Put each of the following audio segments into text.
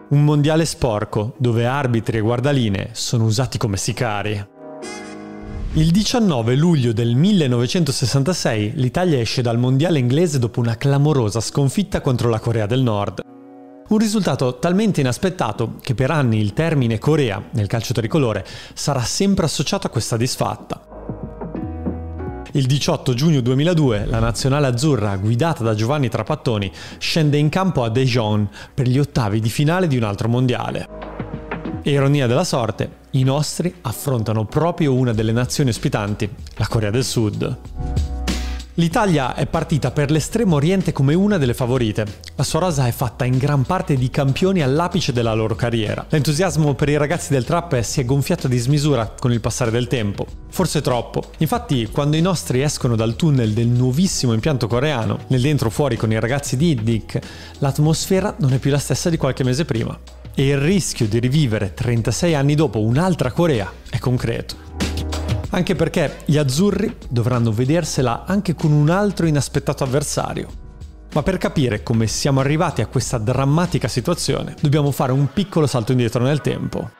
Un mondiale sporco, dove arbitri e guardalinee sono usati come sicari. Il 19 luglio del 1966 l'Italia esce dal mondiale inglese dopo una clamorosa sconfitta contro la Corea del Nord. Un risultato talmente inaspettato che per anni il termine Corea nel calcio tricolore sarà sempre associato a questa disfatta. Il 18 giugno 2002 la nazionale azzurra, guidata da Giovanni Trapattoni, scende in campo a Daejeon per gli ottavi di finale di un altro mondiale. E ironia della sorte, i nostri affrontano proprio una delle nazioni ospitanti, la Corea del Sud. L'Italia è partita per l'estremo oriente come una delle favorite. La sua rosa è fatta in gran parte di campioni all'apice della loro carriera. L'entusiasmo per i ragazzi del trap si è gonfiato a dismisura con il passare del tempo. Forse troppo. Infatti, quando i nostri escono dal tunnel del nuovissimo impianto coreano, nel dentro fuori con i ragazzi di Iddik, l'atmosfera non è più la stessa di qualche mese prima. E il rischio di rivivere 36 anni dopo un'altra Corea è concreto. Anche perché gli azzurri dovranno vedersela anche con un altro inaspettato avversario. Ma per capire come siamo arrivati a questa drammatica situazione, dobbiamo fare un piccolo salto indietro nel tempo.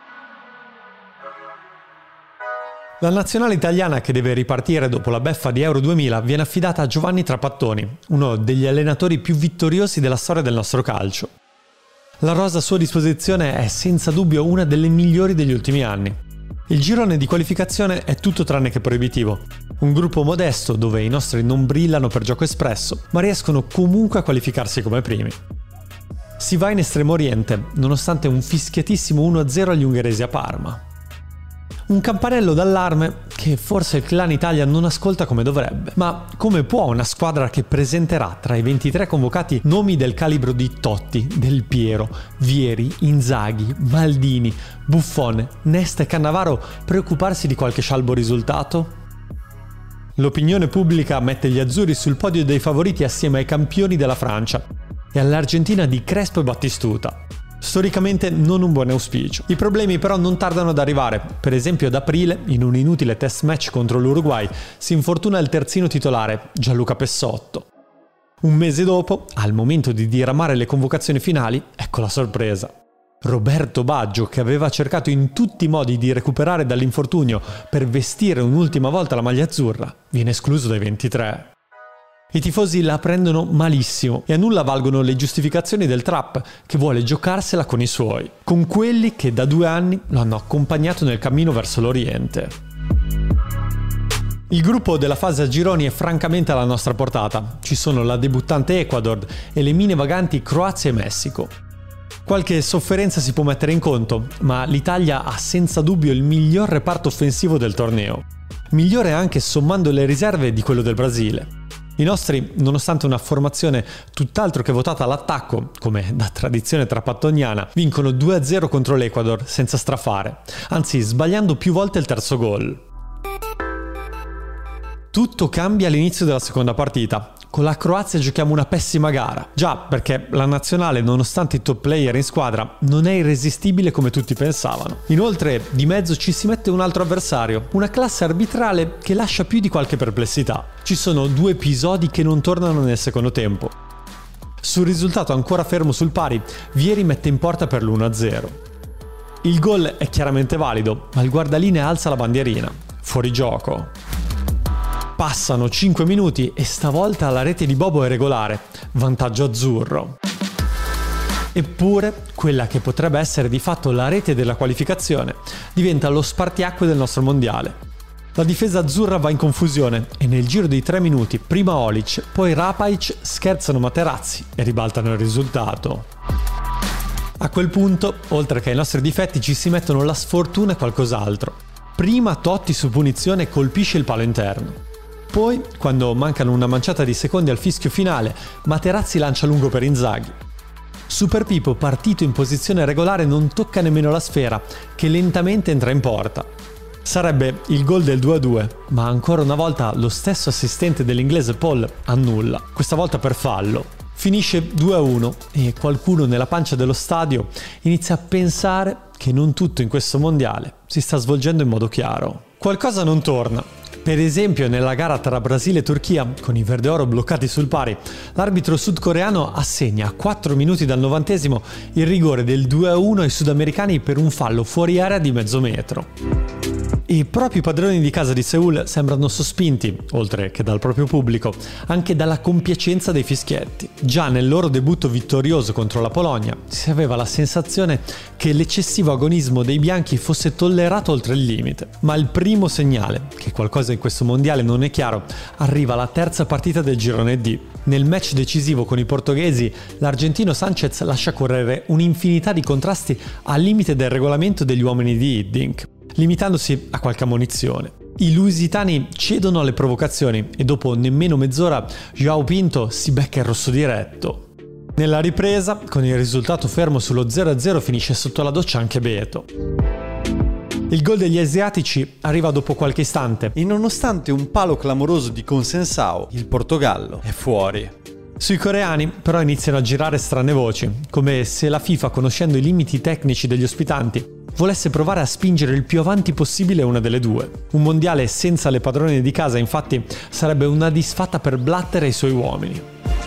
La nazionale italiana che deve ripartire dopo la beffa di Euro 2000 viene affidata a Giovanni Trapattoni, uno degli allenatori più vittoriosi della storia del nostro calcio. La rosa a sua disposizione è senza dubbio una delle migliori degli ultimi anni. Il girone di qualificazione è tutto tranne che proibitivo. Un gruppo modesto dove i nostri non brillano per gioco espresso, ma riescono comunque a qualificarsi come primi. Si va in Estremo Oriente, nonostante un fischiatissimo 1-0 agli ungheresi a Parma. Un campanello d'allarme che forse il clan Italia non ascolta come dovrebbe. Ma come può una squadra che presenterà tra i 23 convocati nomi del calibro di Totti, Del Piero, Vieri, Inzaghi, Maldini, Buffon, Nesta e Cannavaro preoccuparsi di qualche scialbo risultato? L'opinione pubblica mette gli azzurri sul podio dei favoriti assieme ai campioni della Francia e all'Argentina di Crespo e Battistuta. Storicamente non un buon auspicio. I problemi però non tardano ad arrivare. Per esempio ad aprile, in un inutile test match contro l'Uruguay, si infortuna il terzino titolare, Gianluca Pessotto. Un mese dopo, al momento di diramare le convocazioni finali, ecco la sorpresa. Roberto Baggio, che aveva cercato in tutti i modi di recuperare dall'infortunio per vestire un'ultima volta la maglia azzurra, viene escluso dai 23. I tifosi la prendono malissimo e a nulla valgono le giustificazioni del Trap, che vuole giocarsela con i suoi, con quelli che da 2 anni lo hanno accompagnato nel cammino verso l'Oriente. Il gruppo della fase a gironi è francamente alla nostra portata. Ci sono la debuttante Ecuador e le mine vaganti Croazia e Messico. Qualche sofferenza si può mettere in conto, ma l'Italia ha senza dubbio il miglior reparto offensivo del torneo. Migliore anche sommando le riserve di quello del Brasile. I nostri, nonostante una formazione tutt'altro che votata all'attacco, come da tradizione trapattoniana, vincono 2-0 contro l'Ecuador senza strafare, anzi sbagliando più volte il terzo gol. Tutto cambia all'inizio della seconda partita. Con la Croazia giochiamo una pessima gara. Già, perché la nazionale, nonostante i top player in squadra, non è irresistibile come tutti pensavano. Inoltre, di mezzo ci si mette un altro avversario, una classe arbitrale che lascia più di qualche perplessità. Ci sono 2 episodi che non tornano nel secondo tempo. Sul risultato ancora fermo sul pari, Vieri mette in porta per l'1-0. Il gol è chiaramente valido, ma il guardalinee alza la bandierina. Fuori gioco. Passano 5 minuti e stavolta la rete di Bobo è regolare, vantaggio azzurro. Eppure, quella che potrebbe essere di fatto la rete della qualificazione diventa lo spartiacque del nostro mondiale. La difesa azzurra va in confusione e nel giro di 3 minuti prima Olic, poi Rapaic scherzano Materazzi e ribaltano il risultato. A quel punto, oltre che ai nostri difetti, ci si mettono la sfortuna e qualcos'altro. Prima Totti su punizione colpisce il palo interno. Poi, quando mancano una manciata di secondi al fischio finale, Materazzi lancia lungo per Inzaghi. Super Pippo, partito in posizione regolare, non tocca nemmeno la sfera, che lentamente entra in porta. Sarebbe il gol del 2-2, ma ancora una volta lo stesso assistente dell'inglese Paul annulla, questa volta per fallo. Finisce 2-1 e qualcuno nella pancia dello stadio inizia a pensare che non tutto in questo mondiale si sta svolgendo in modo chiaro. Qualcosa non torna. Per esempio, nella gara tra Brasile e Turchia, con i verde-oro bloccati sul pari, l'arbitro sudcoreano assegna a 4 minuti dal 90° il rigore del 2-1 ai sudamericani per un fallo fuori area di mezzo metro. E proprio i padroni di casa di Seul sembrano sospinti, oltre che dal proprio pubblico, anche dalla compiacenza dei fischietti. Già nel loro debutto vittorioso contro la Polonia si aveva la sensazione che l'eccessivo agonismo dei bianchi fosse tollerato oltre il limite. Ma il primo segnale che qualcosa in questo mondiale non è chiaro arriva alla terza partita del girone D. Nel match decisivo con i portoghesi, l'argentino Sanchez lascia correre un'infinità di contrasti al limite del regolamento degli uomini di Hiddink, limitandosi a qualche ammonizione. I lusitani cedono alle provocazioni e dopo nemmeno mezz'ora João Pinto si becca il rosso diretto. Nella ripresa, con il risultato fermo sullo 0-0, finisce sotto la doccia anche Beto. Il gol degli asiatici arriva dopo qualche istante e nonostante un palo clamoroso di Conceição, il Portogallo è fuori. Sui coreani però iniziano a girare strane voci, come se la FIFA, conoscendo i limiti tecnici degli ospitanti, volesse provare a spingere il più avanti possibile una delle due. Un mondiale senza le padrone di casa, infatti, sarebbe una disfatta per Blatter e i suoi uomini.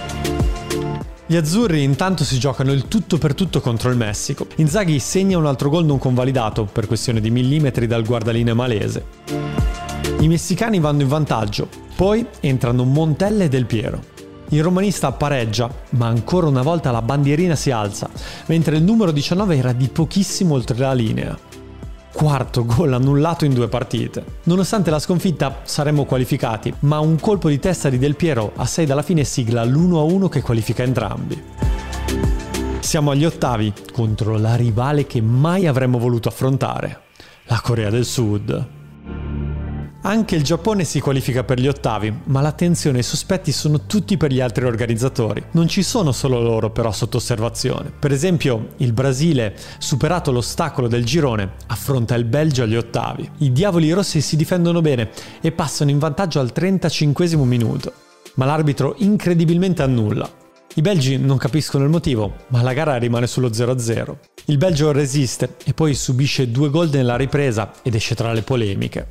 Gli azzurri intanto si giocano il tutto per tutto contro il Messico. Inzaghi segna un altro gol non convalidato, per questione di millimetri, dal guardalinea malese. I messicani vanno in vantaggio, poi entrano Montella e Del Piero. Il romanista pareggia, ma ancora una volta la bandierina si alza, mentre il numero 19 era di pochissimo oltre la linea. Quarto gol annullato in 2 partite. Nonostante la sconfitta saremmo qualificati, ma un colpo di testa di Del Piero a 6 dalla fine sigla l'1-1 che qualifica entrambi. Siamo agli ottavi contro la rivale che mai avremmo voluto affrontare, la Corea del Sud. Anche il Giappone si qualifica per gli ottavi, ma l'attenzione e i sospetti sono tutti per gli altri organizzatori. Non ci sono solo loro però sotto osservazione. Per esempio, il Brasile, superato l'ostacolo del girone, affronta il Belgio agli ottavi. I diavoli rossi si difendono bene e passano in vantaggio al 35° minuto, ma l'arbitro incredibilmente annulla. I belgi non capiscono il motivo, ma la gara rimane sullo 0-0. Il Belgio resiste e poi subisce 2 gol nella ripresa ed esce tra le polemiche.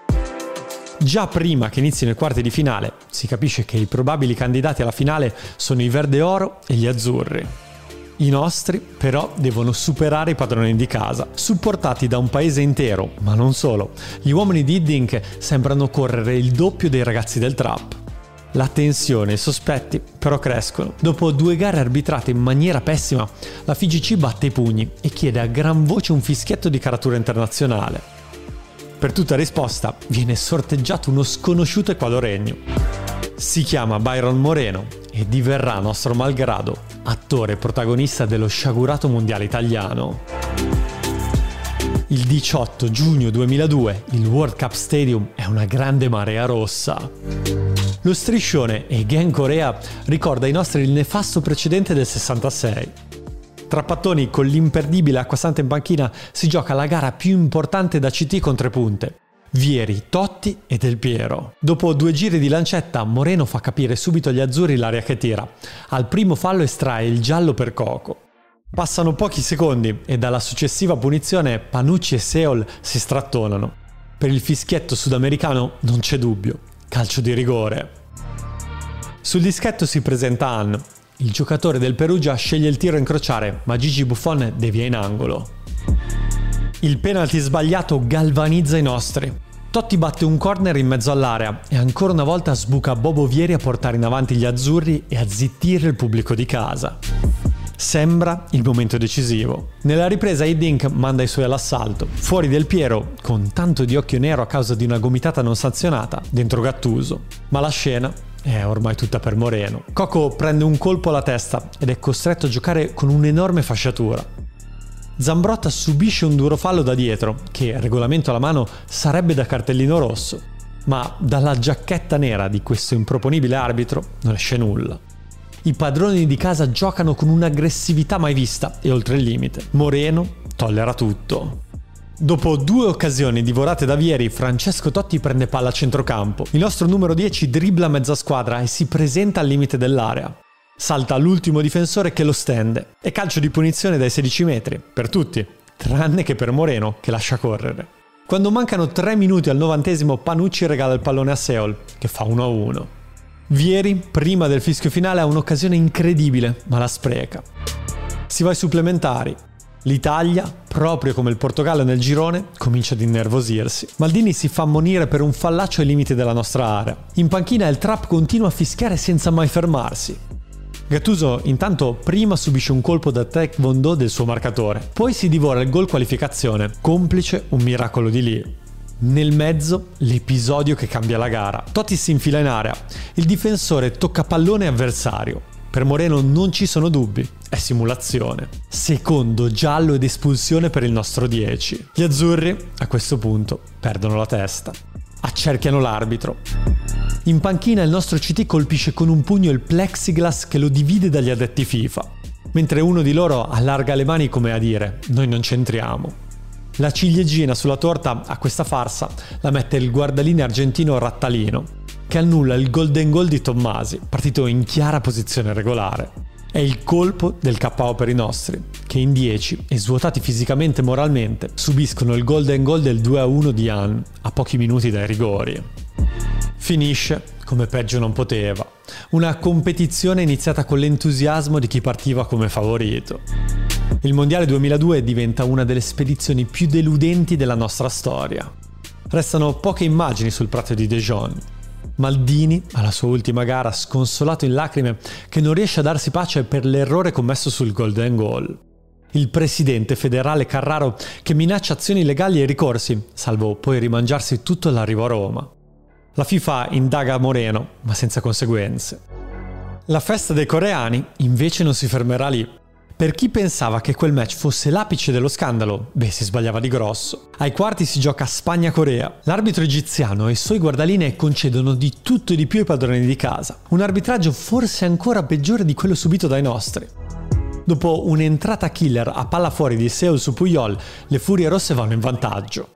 Già prima che inizino i quarti di finale, si capisce che i probabili candidati alla finale sono i verde-oro e gli azzurri. I nostri, però, devono superare i padroni di casa, supportati da un paese intero, ma non solo. Gli uomini di Hiddink sembrano correre il doppio dei ragazzi del trap. La tensione e i sospetti però crescono. Dopo 2 gare arbitrate in maniera pessima, la FIGC batte i pugni e chiede a gran voce un fischietto di caratura internazionale. Per tutta risposta viene sorteggiato uno sconosciuto equadoregno. Si chiama Byron Moreno e diverrà, nostro malgrado, attore e protagonista dello sciagurato mondiale italiano. Il 18 giugno 2002 il World Cup Stadium è una grande marea rossa. Lo striscione Again Corea ricorda ai nostri il nefasto precedente del 66. Tra pattoni, con l'imperdibile acquasante in panchina, si gioca la gara più importante da CT con 3 punte. Vieri, Totti e Del Piero. Dopo 2 giri di lancetta, Moreno fa capire subito agli azzurri l'area che tira. Al primo fallo estrae il giallo per Coco. Passano pochi secondi e dalla successiva punizione Panucci e Seol si strattonano. Per il fischietto sudamericano non c'è dubbio. Calcio di rigore. Sul dischetto si presenta Han. Il giocatore del Perugia sceglie il tiro a incrociare, ma Gigi Buffon devia in angolo. Il penalty sbagliato galvanizza i nostri. Totti batte un corner in mezzo all'area e ancora una volta sbuca Bobo Vieri a portare in avanti gli azzurri e a zittire il pubblico di casa. Sembra il momento decisivo. Nella ripresa Hiddink manda i suoi all'assalto. Fuori Del Piero, con tanto di occhio nero a causa di una gomitata non sanzionata, dentro Gattuso. Ma la scena è ormai tutta per Moreno. Coco prende un colpo alla testa ed è costretto a giocare con un'enorme fasciatura. Zambrotta subisce un duro fallo da dietro, che, regolamento alla mano, sarebbe da cartellino rosso. Ma dalla giacchetta nera di questo improponibile arbitro non esce nulla. I padroni di casa giocano con un'aggressività mai vista e oltre il limite. Moreno tollera tutto. Dopo 2 occasioni divorate da Vieri, Francesco Totti prende palla a centrocampo. Il nostro numero 10 dribbla mezza squadra e si presenta al limite dell'area. Salta l'ultimo difensore che lo stende. E calcio di punizione dai 16 metri, per tutti, tranne che per Moreno che lascia correre. Quando mancano 3 minuti al 90°, Panucci regala il pallone a Seol, che fa 1-1. Vieri, prima del fischio finale, ha un'occasione incredibile, ma la spreca. Si va ai supplementari. L'Italia, proprio come il Portogallo nel girone, comincia ad innervosirsi. Maldini si fa ammonire per un fallaccio ai limiti della nostra area. In panchina il Trap continua a fischiare senza mai fermarsi. Gattuso intanto prima subisce un colpo da taekwondo del suo marcatore, poi si divora il gol qualificazione, complice un miracolo di lì. Nel mezzo l'episodio che cambia la gara. Totti si infila in area, il difensore tocca pallone avversario. Per Moreno non ci sono dubbi, è simulazione. Secondo giallo ed espulsione per il nostro 10. Gli azzurri, a questo punto, perdono la testa. Accerchiano l'arbitro. In panchina il nostro CT colpisce con un pugno il plexiglass che lo divide dagli addetti FIFA, mentre uno di loro allarga le mani come a dire «Noi non c'entriamo». La ciliegina sulla torta a questa farsa la mette il guardaline argentino Rattalino, che annulla il golden goal di Tommasi, partito in chiara posizione regolare. È il colpo del KO per i nostri, che in 10, e svuotati fisicamente e moralmente, subiscono il golden goal del 2-1 di Jan, a pochi minuti dai rigori. Finisce come peggio non poteva. Una competizione iniziata con l'entusiasmo di chi partiva come favorito. Il Mondiale 2002 diventa una delle spedizioni più deludenti della nostra storia. Restano poche immagini sul prato di Dijon. Maldini, alla sua ultima gara, sconsolato in lacrime, che non riesce a darsi pace per l'errore commesso sul golden goal. Il presidente federale Carraro che minaccia azioni legali e ricorsi, salvo poi rimangiarsi tutto l'arrivo a Roma. La FIFA indaga Moreno, ma senza conseguenze. La festa dei coreani invece non si fermerà lì. Per chi pensava che quel match fosse l'apice dello scandalo, si sbagliava di grosso. Ai quarti si gioca Spagna-Corea. L'arbitro egiziano e i suoi guardalinee concedono di tutto e di più ai padroni di casa. Un arbitraggio forse ancora peggiore di quello subito dai nostri. Dopo un'entrata killer a palla fuori di Seol su Puyol, le Furie Rosse vanno in vantaggio.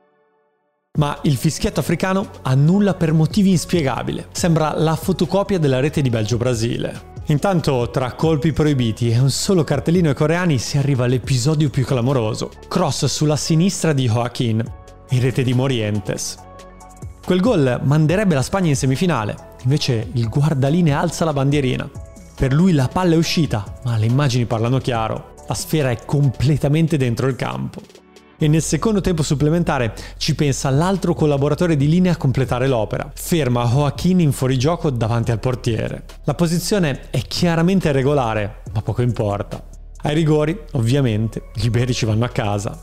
Ma il fischietto africano annulla per motivi inspiegabili. Sembra la fotocopia della rete di Belgio-Brasile. Intanto, tra colpi proibiti e un solo cartellino ai coreani, si arriva all'episodio più clamoroso. Cross sulla sinistra di Joaquin, in rete di Morientes. Quel gol manderebbe la Spagna in semifinale, invece il guardaline alza la bandierina. Per lui la palla è uscita, ma le immagini parlano chiaro. La sfera è completamente dentro il campo. E nel secondo tempo supplementare ci pensa l'altro collaboratore di linea a completare l'opera. Ferma Joaquin in fuorigioco davanti al portiere. La posizione è chiaramente regolare, ma poco importa. Ai rigori, ovviamente, gli iberici vanno a casa.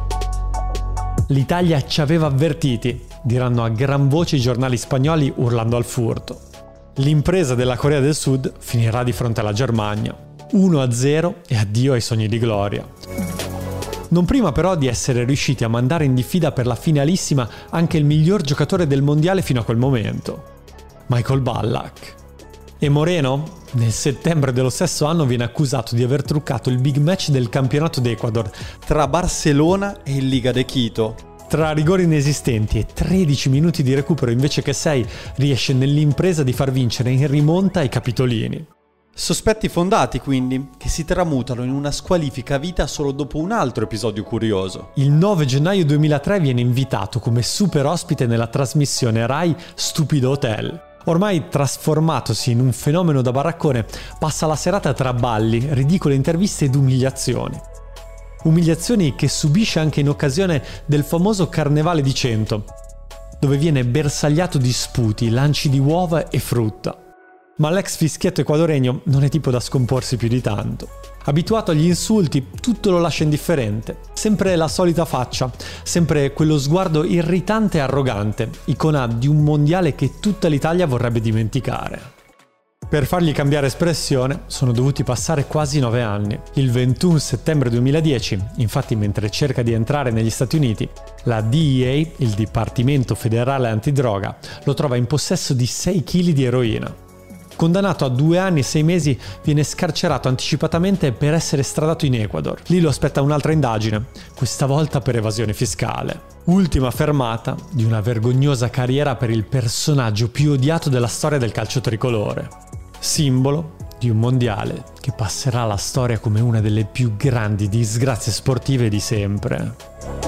L'Italia ci aveva avvertiti, diranno a gran voce i giornali spagnoli urlando al furto. L'impresa della Corea del Sud finirà di fronte alla Germania. 1-0 e addio ai sogni di gloria. Non prima però di essere riusciti a mandare in diffida per la finalissima anche il miglior giocatore del mondiale fino a quel momento, Michael Ballack. E Moreno, nel settembre dello stesso anno, viene accusato di aver truccato il big match del campionato d'Ecuador tra Barcellona e il Liga de Quito. Tra rigori inesistenti e 13 minuti di recupero invece che 6, riesce nell'impresa di far vincere in rimonta i capitolini. Sospetti fondati, quindi, che si tramutano in una squalifica vita solo dopo un altro episodio curioso. Il 9 gennaio 2003 viene invitato come super ospite nella trasmissione Rai Stupido Hotel. Ormai trasformatosi in un fenomeno da baraccone, passa la serata tra balli, ridicole interviste ed umiliazioni. Umiliazioni che subisce anche in occasione del famoso Carnevale di Cento, dove viene bersagliato di sputi, lanci di uova e frutta. Ma l'ex fischietto equadoregno non è tipo da scomporsi più di tanto. Abituato agli insulti, tutto lo lascia indifferente. Sempre la solita faccia, sempre quello sguardo irritante e arrogante, icona di un mondiale che tutta l'Italia vorrebbe dimenticare. Per fargli cambiare espressione sono dovuti passare quasi 9 anni. Il 21 settembre 2010, infatti, mentre cerca di entrare negli Stati Uniti, la DEA, il Dipartimento Federale Antidroga, lo trova in possesso di 6 kg di eroina. Condannato a 2 anni e 6 mesi, viene scarcerato anticipatamente per essere estradato in Ecuador. Lì lo aspetta un'altra indagine, questa volta per evasione fiscale. Ultima fermata di una vergognosa carriera per il personaggio più odiato della storia del calcio tricolore. Simbolo di un mondiale che passerà alla storia come una delle più grandi disgrazie sportive di sempre.